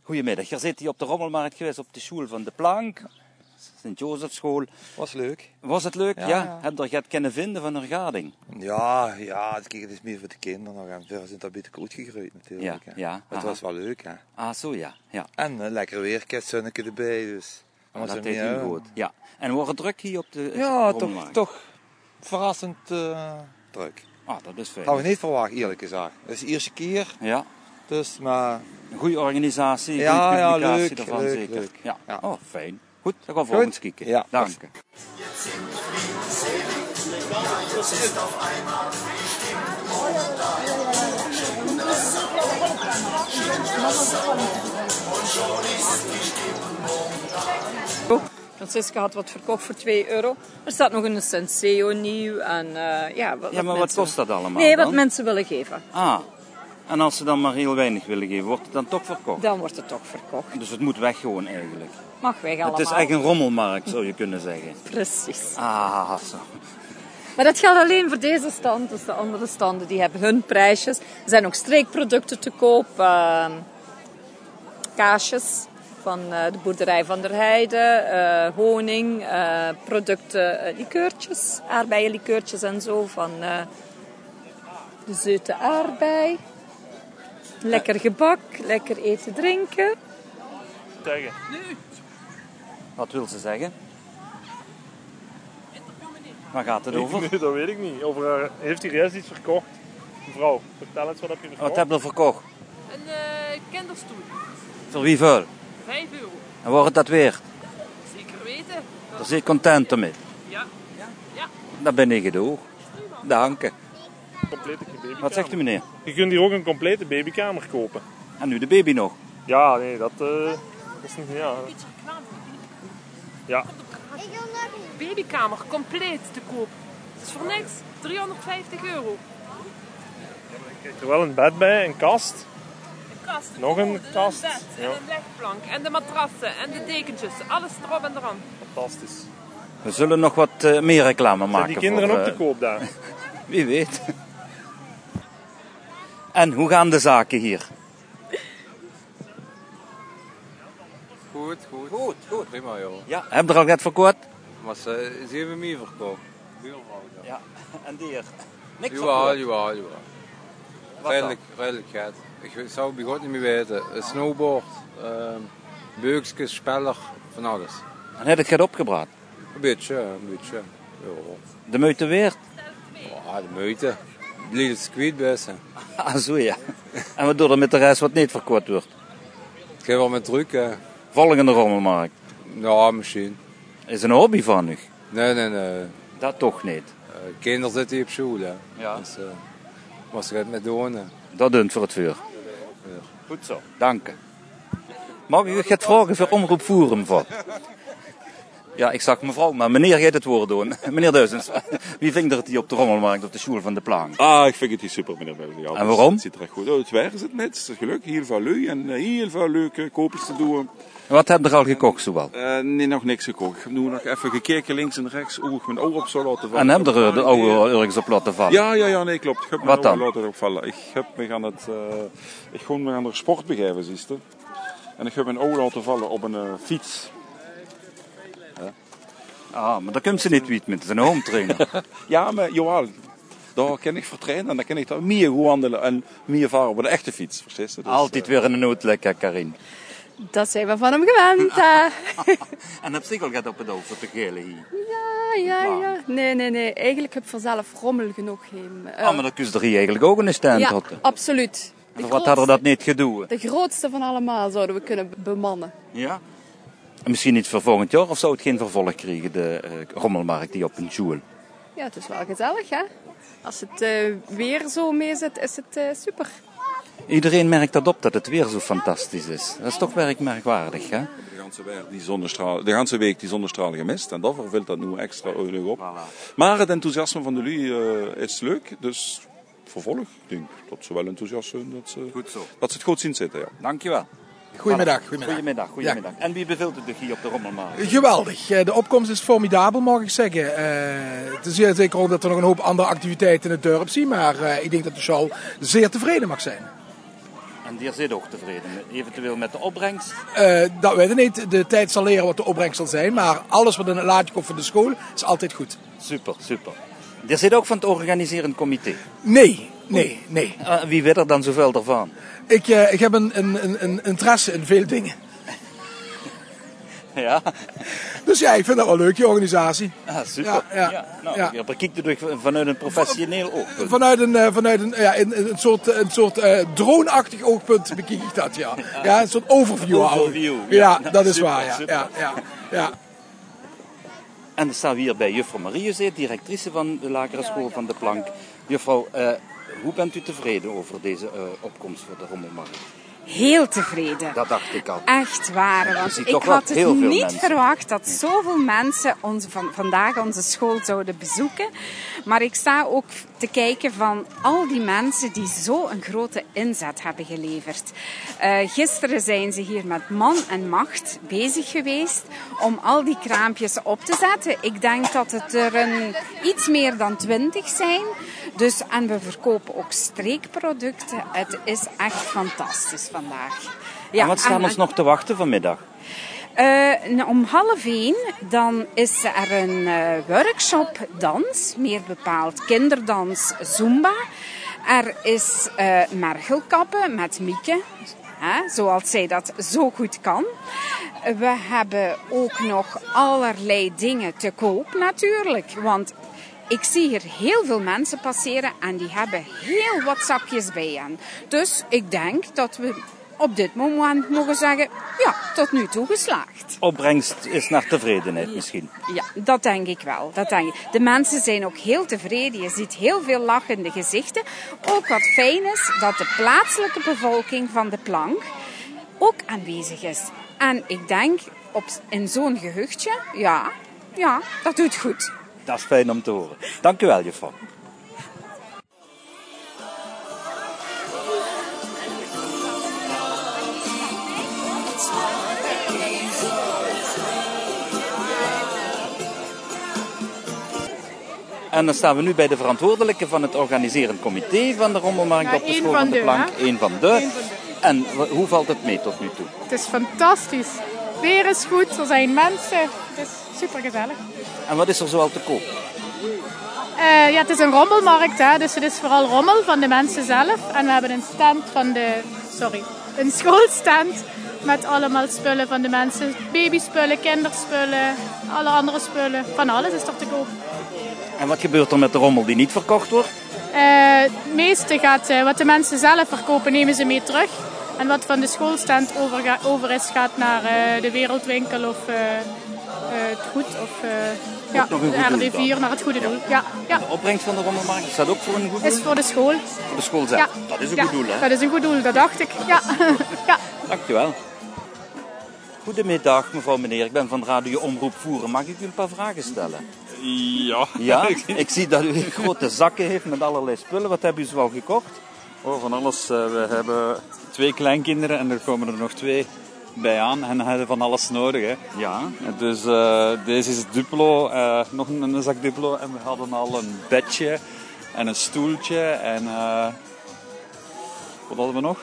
Goedemiddag, hier zit hij op de rommelmarkt geweest op de school van de Plank. Sint-Jozefschool. Was leuk. Was het leuk? Ja. Ja. Heb je er het kunnen vinden van een gading? Ja, kijk, het is meer voor de kinderen. We zijn het een beetje goed gegroeid natuurlijk. Ja, Hè. ja. Maar het Aha. was wel leuk, hè. Ah, zo ja. Ja. En lekker weer, zonnetje erbij, dus. Dat deed heel goed. Ja. En wordt het druk hier op de Ja, rommelmarkt? toch verrassend druk. Ah, dat is fijn. Hadden we niet verwacht, eerlijk gezegd. Het is de eerste keer, Ja. dus, maar... Een goede organisatie, Ja, goede ja, publicatie leuk, ervan leuk, zeker. leuk. Ja. Ja. Oh, fijn. Goed, dan gaan we volgens kijken. Ja. Dank je. Francisca had wat verkocht voor €2. Er staat nog een Senseo nieuw. En, Maar wat kost dat allemaal Nee, dan? wat mensen willen geven. Ah, en als ze dan maar heel weinig willen geven, wordt het dan toch verkocht? Dan wordt het toch verkocht. Dus het moet weg gewoon eigenlijk. Mag weg allemaal. Het is echt een rommelmarkt, zou je kunnen zeggen. Precies. Ah, zo. Maar dat geldt alleen voor deze stand. Dus de andere standen die hebben hun prijsjes. Er zijn ook streekproducten te koop. Kaasjes van de boerderij van der Heide. Honing. Producten, likeurtjes. Aardbeienlikeurtjes en zo. Van de zoete aardbei. Lekker gebak. Lekker eten, drinken. Zeggen. Wat wil ze zeggen? Waar gaat het over? Nee, dat weet ik niet. Heeft hij juist iets verkocht? Mevrouw, vertel eens, wat heb je verkocht? Wat heb je er verkocht? Een kinderstoel. Voor wie veel? €5. En wordt het dat weer? Zeker weten. Daar zit content mee. Ja. Dat ben ik genoeg. Dank je. Complete babykamer. Wat zegt u meneer? Je kunt hier ook een complete babykamer kopen. En nu de baby nog? Ja, nee, dat is niet... Ja. Ja. Babykamer compleet te koop. Dat is voor niks. €350. Je krijgt er wel een bed bij, een kast. Een kast. Nog een kast. Een bed Ja. en een legplank. En de matrassen en de dekentjes. Alles erop en eraan. Fantastisch. We zullen nog wat meer reclame Zijn maken. die kinderen voor, ook te koop daar? Wie weet. En hoe gaan de zaken hier? Goed. Prima, joh. Ja, heb je er al wat verkocht? Maar ze hebben meer verkocht. Ja. En die hier? Niks Jawel. Wat dan? Redelijk gaat. Ik zou bij God niet meer weten. Een snowboard, beukjes, speller, van alles. En heb je het opgebracht? Een beetje. Ja. De meute weer? Ja, de meute. Liet het kwijt best. Ah, zo ja. En wat doe je met de rest wat niet verkocht wordt? Het gaat wel met druk, hè. Volgende rommelmarkt. Ja, misschien. Is een hobby van u? Nee. Dat toch niet. Kinderen zitten hier op school, hè. Ja. Dus, was er het met doen, hè. Dat doet voor het vuur. Goed zo. Dank je. Mag ik het vragen voor Omroep Forum voor? Ja, ik zag mevrouw, maar meneer gaat het woord doen. Meneer Duizens, wie vindt er het hier op de rommelmarkt op de school van de Plank? Ah, ik vind het hier super, meneer Beulen. Ja, En waarom? Het ziet er echt goed uit. Het weer is het net, het is geluk, heel veel lui en heel veel leuke koopjes te doen. Wat heb je er al gekocht zowel? Nee, nog niks gekocht. Ik heb nu nog even gekeken links en rechts, hoe ik mijn ogen op zou laten vallen. En heb je er de ogen ergens op laten vallen? Ja, nee, klopt. Ik heb mijn Wat dan? ogen laten opvallen. Ik ga aan de sport begeven, zie je. En ik heb mijn ogen laten vallen op een fiets. Ah, maar daar komt ze niet weet met, het is een home trainer. Ja, maar jawel. Daar kan ik vertrainen en dan kan ik daar meer goed wandelen en meer varen op de echte fiets. Versteed je? Dus, Altijd weer een noodlekker, Karin. Dat zijn we van hem gewend. En heb je al gaat op het oog voor te gelen hier? Ja. Nee. Eigenlijk heb ik vanzelf rommel genoeg heen. Maar dan kun je er hier eigenlijk ook een stand Ja, houden. absoluut. Voor wat hadden we dat niet gedoe? De grootste van allemaal zouden we kunnen bemannen. Ja? En misschien niet voor volgend jaar, of zou het geen vervolg krijgen, de rommelmarkt die op een joel? Ja, het is wel gezellig, hè? Als het weer zo mee zit, is het super. Iedereen merkt dat op, dat het weer zo fantastisch is. Dat is toch werk merkwaardig, hè? De ganse week die zonnestralen gemist en dat vervult dat nu extra oorlog op. Maar het enthousiasme van de lui is leuk, dus vervolg. Ik denk dat ze wel enthousiast zijn, dat ze het goed zien zitten. Ja. Dankjewel. Goedemiddag. Goedemiddag. En wie bevilt het hier op de rommelmarkt? Geweldig. De opkomst is formidabel, mag ik zeggen. Het is zeer zeker ook dat we nog een hoop andere activiteiten in het dorp zien, maar ik denk dat de show zeer tevreden mag zijn. En die zit ook tevreden, eventueel met de opbrengst? Dat weet ik niet. De tijd zal leren wat de opbrengst zal zijn. Maar alles wat in het laadje komt van de school is altijd goed. Super. Die zit ook van het organiserend comité? Nee. Wie weet er dan zoveel ervan? Ik heb een interesse in veel dingen. Ja. Dus ja, ik vind dat wel leuk, die organisatie. Ah, super. Je bekijkt het vanuit een professioneel oogpunt. Vanuit een soort drone-achtig oogpunt bekijk ik dat, ja. Ja, een soort overview. Ja, dat is super, waar, ja. Ja. En dan staan we hier bij juffrouw Marie, directrice van de lagere school van de Plank. Juffrouw, hoe bent u tevreden over deze opkomst voor de Rommelmarkt? Heel tevreden. Dat dacht ik al. Echt waar. Want ik had het niet verwacht dat zoveel mensen vandaag onze school zouden bezoeken. Maar ik sta ook te kijken van al die mensen die zo een grote inzet hebben geleverd. Gisteren zijn ze hier met man en macht bezig geweest om al die kraampjes op te zetten. Ik denk dat het er iets meer dan 20 zijn. Dus, en we verkopen ook streekproducten. Het is echt fantastisch vandaag. Ja, en wat staan ons nog te wachten vanmiddag? Om 12:30 dan is er een workshop dans, meer bepaald kinderdans Zumba. Er is mergelkappen met Mieke, zoals zij dat zo goed kan. We hebben ook nog allerlei dingen te koop natuurlijk, want ik zie hier heel veel mensen passeren en die hebben heel wat zakjes bij hen. Dus ik denk dat we op dit moment mogen zeggen, ja, tot nu toe geslaagd. Opbrengst is naar tevredenheid misschien? Ja, dat denk ik wel. De mensen zijn ook heel tevreden. Je ziet heel veel lachende gezichten. Ook wat fijn is, dat de plaatselijke bevolking van de Plank ook aanwezig is. En ik denk, in zo'n gehuchtje, ja, dat doet goed. Dat is fijn om te horen. Dank u wel, juffrouw. En dan staan we nu bij de verantwoordelijke van het organiserend comité van de Rommelmarkt op de school van de Plank. Eén van de. En hoe valt het mee tot nu toe? Het is fantastisch. Weer is goed, er zijn mensen. Het is super gezellig. En wat is er zoal te koop? Het is een rommelmarkt, hè? Dus het is vooral rommel van de mensen zelf. En we hebben een schoolstand met allemaal spullen van de mensen. Babyspullen, kinderspullen, alle andere spullen. Van alles is er te koop. En wat gebeurt er met de rommel die niet verkocht wordt? Het meeste gaat, wat de mensen zelf verkopen, nemen ze mee terug. En wat van de schoolstand over is, gaat naar de Wereldwinkel of het Goed. Of de RD4 naar het goede doel. Ja. De opbrengst van de Rommelmarkt, is dat ook voor een goed doel? Is voor de school. Voor de school zelf? Ja. Dat is een goed doel, hè? Dat is een goed doel, dat dacht ik. Ja. Dankjewel. Goedemiddag, mevrouw, meneer. Ik ben van Radio Omroep Voeren. Mag ik u een paar vragen stellen? Ja? Ik zie dat u grote zakken heeft met allerlei spullen. Wat hebben u zoal gekocht? Oh, van alles. We hebben 2 kleinkinderen en er komen er nog 2 bij aan. En hebben van alles nodig. Hè. Ja. Dus deze is Duplo, nog een zak Duplo. En we hadden al een bedje en een stoeltje. En wat hadden we nog?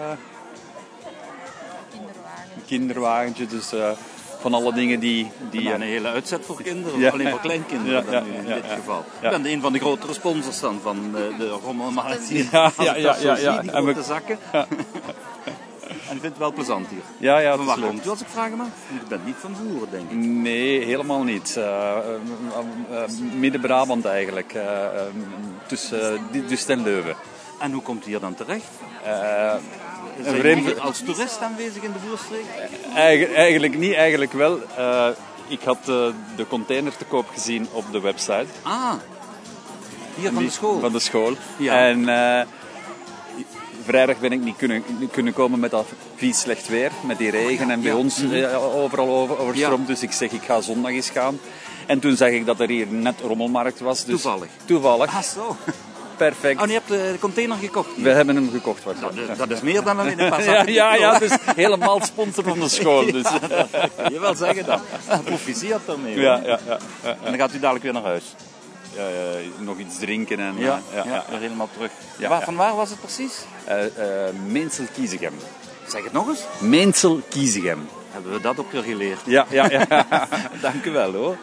Een kinderwagentje. Dus van alle dingen die een hele uitzet voor kinderen, of alleen voor kleinkinderen in dit geval. Ik ben een van de grotere sponsors dan van de Rommelmarkt. Die grote zakken. Ja. En ik vind het wel plezant hier. Ja, maar waar komt u als ik vragen mag? U bent niet van Voeren, denk ik. Nee, helemaal niet. Midden-Brabant eigenlijk. Tussen en Leuven. En hoe komt u hier dan terecht? Zijn jullie als toerist aanwezig in de Voerstreek? Eigenlijk niet, eigenlijk wel. Ik had de container te koop gezien op de website. Ah, hier van de school? Van de school. Ja. En vrijdag ben ik niet kunnen komen met dat vies slecht weer, met die regen en bij ons overal overstroomt. Dus ik zeg, ik ga zondag eens gaan. En toen zag ik dat er hier net Rommelmarkt was. Dus toevallig. Ah, zo. Perfect. Oh, je hebt de container gekocht? We hebben hem gekocht. Dat is meer dan alleen een paar zakken. Ja, dus helemaal sponsor van de school. Dus. Dat kan je wel zeggen dan. Proficiat daarmee. Ja. En dan gaat u dadelijk weer naar huis. nog iets drinken. En, weer helemaal terug. Van waar was het precies? Meensel-Kiezegem. Zeg het nog eens. Meensel-Kiezegem. Hebben we dat ook weer geleerd? Ja. Dank u wel hoor.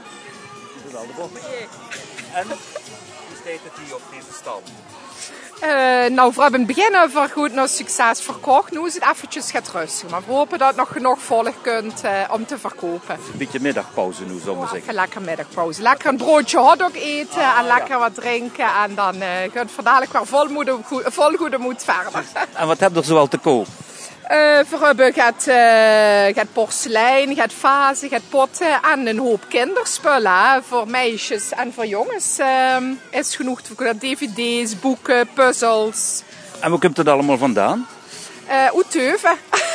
En hoe staat het hier op deze stand? Nou, we hebben in het begin goed nog succes verkocht. Nu is het eventjes gaat rusten. Maar we hopen dat het nog genoeg volk kunt om te verkopen. Een beetje middagpauze nu, zullen we zeggen. Even lekker middagpauze. Lekker een broodje hotdog eten en lekker wat drinken. En dan gaat het dadelijk weer vol goede moed verder. En wat heb je er zoal te koop? We hebben gaat porselein, gaat vazen, gaat potten en een hoop kinderspullen. Voor meisjes en voor jongens is genoeg. DVD's, boeken, puzzels. En waar komt het allemaal vandaan? Uit Teuven.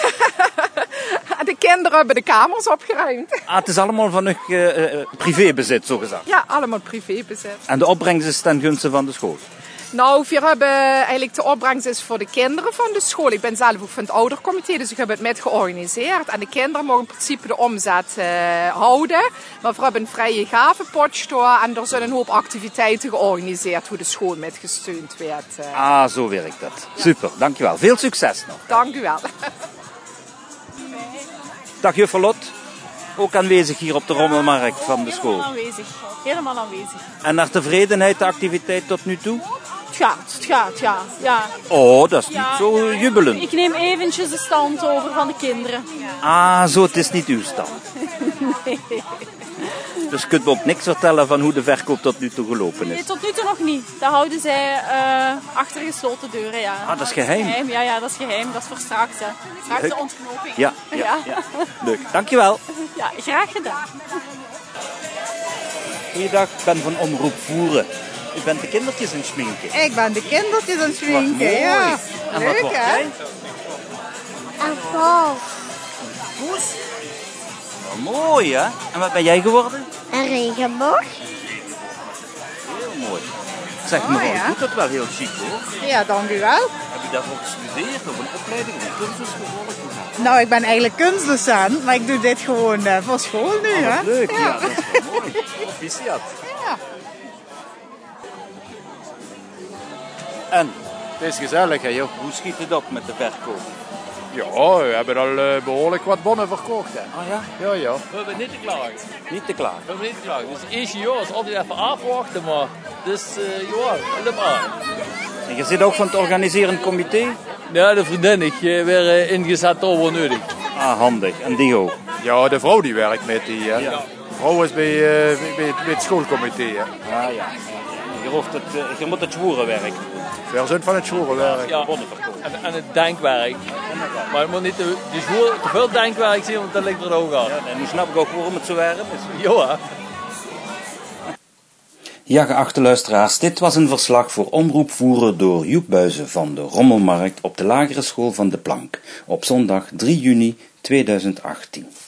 De kinderen hebben de kamers opgeruimd. Het is allemaal van uw privébezit, zo gezegd? Ja, allemaal privébezit. En de opbrengst is ten gunste van de school? Nou, we hebben eigenlijk de opbrengst is voor de kinderen van de school. Ik ben zelf ook van het oudercomité, dus ik heb het met georganiseerd. En de kinderen mogen in principe de omzet houden. Maar we hebben een vrije gavenpot staan en er zijn een hoop activiteiten georganiseerd hoe de school met gesteund werd. Zo werkt dat. Ja. Super, dankjewel. Veel succes nog. Dank u wel. Dag juffrouw Lot. Ook aanwezig hier op de rommelmarkt van de school. Helemaal aanwezig. En naar tevredenheid de activiteit tot nu toe? Het gaat, ja. Oh, dat is niet zo jubelend. Ik neem eventjes de stand over van de kinderen. Zo, het is niet uw stand. Nee. Dus kunt u ook niks vertellen van hoe de verkoop tot nu toe gelopen is? Nee, tot nu toe nog niet. Dat houden zij achter gesloten deuren, ja. Dat is geheim? Ja, dat is geheim. Dat is voor straks, hè. Straks de ontknoping. Ja. Leuk, dankjewel. Ja, graag gedaan. Goeiedag, ik ben van Omroep Voeren. U bent de kindertjes aan het schminken. Ik ben de kindertjes aan het schminken, ja. En leuk, wat hè? Een vos. Een poes? Mooi, hè? En wat ben jij geworden? Een regenboog. Heel mooi. Zeg, mevrouw, je doet dat wel heel chic, hoor. Ja, dank u wel. Heb je daarvoor gestudeerd of een opleiding of een cursus gevolgd? Nou, ik ben eigenlijk kunstdocent, maar ik doe dit gewoon voor school nu, hè. Leuk, ja, dat is wel mooi. Proficiat. Ja. En? Het is gezellig, hè, joh. Hoe schiet het op met de verkoop? Ja, we hebben al behoorlijk wat bonnen verkocht, hè. Ja? Ja. We hebben niet te klagen. Niet te klagen? We hebben niet te klagen. Dus het eerste jaar is altijd even afwachten, maar dus helemaal aan. En je zit ook van het organiserend comité? Ja, de vriendin. Ik werd ingezet door wat nodig. Handig. En die ook? Ja, de vrouw die werkt met die, hè. De vrouw is bij het schoolcomité, hè. Ja. Je moet het zwoerenwerk doen. Verzin van het zwoerenwerk. Ja, en het denkwerk. Maar het moet niet te veel denkwerk zien, want dat ligt er ook aan. Ja, en nu snap ik ook waarom het zo warm is. Ja. Ja, geachte luisteraars, dit was een verslag voor Omroep Voeren door Joep Buizen van de Rommelmarkt op de lagere school van De Plank op zondag 3 juni 2018.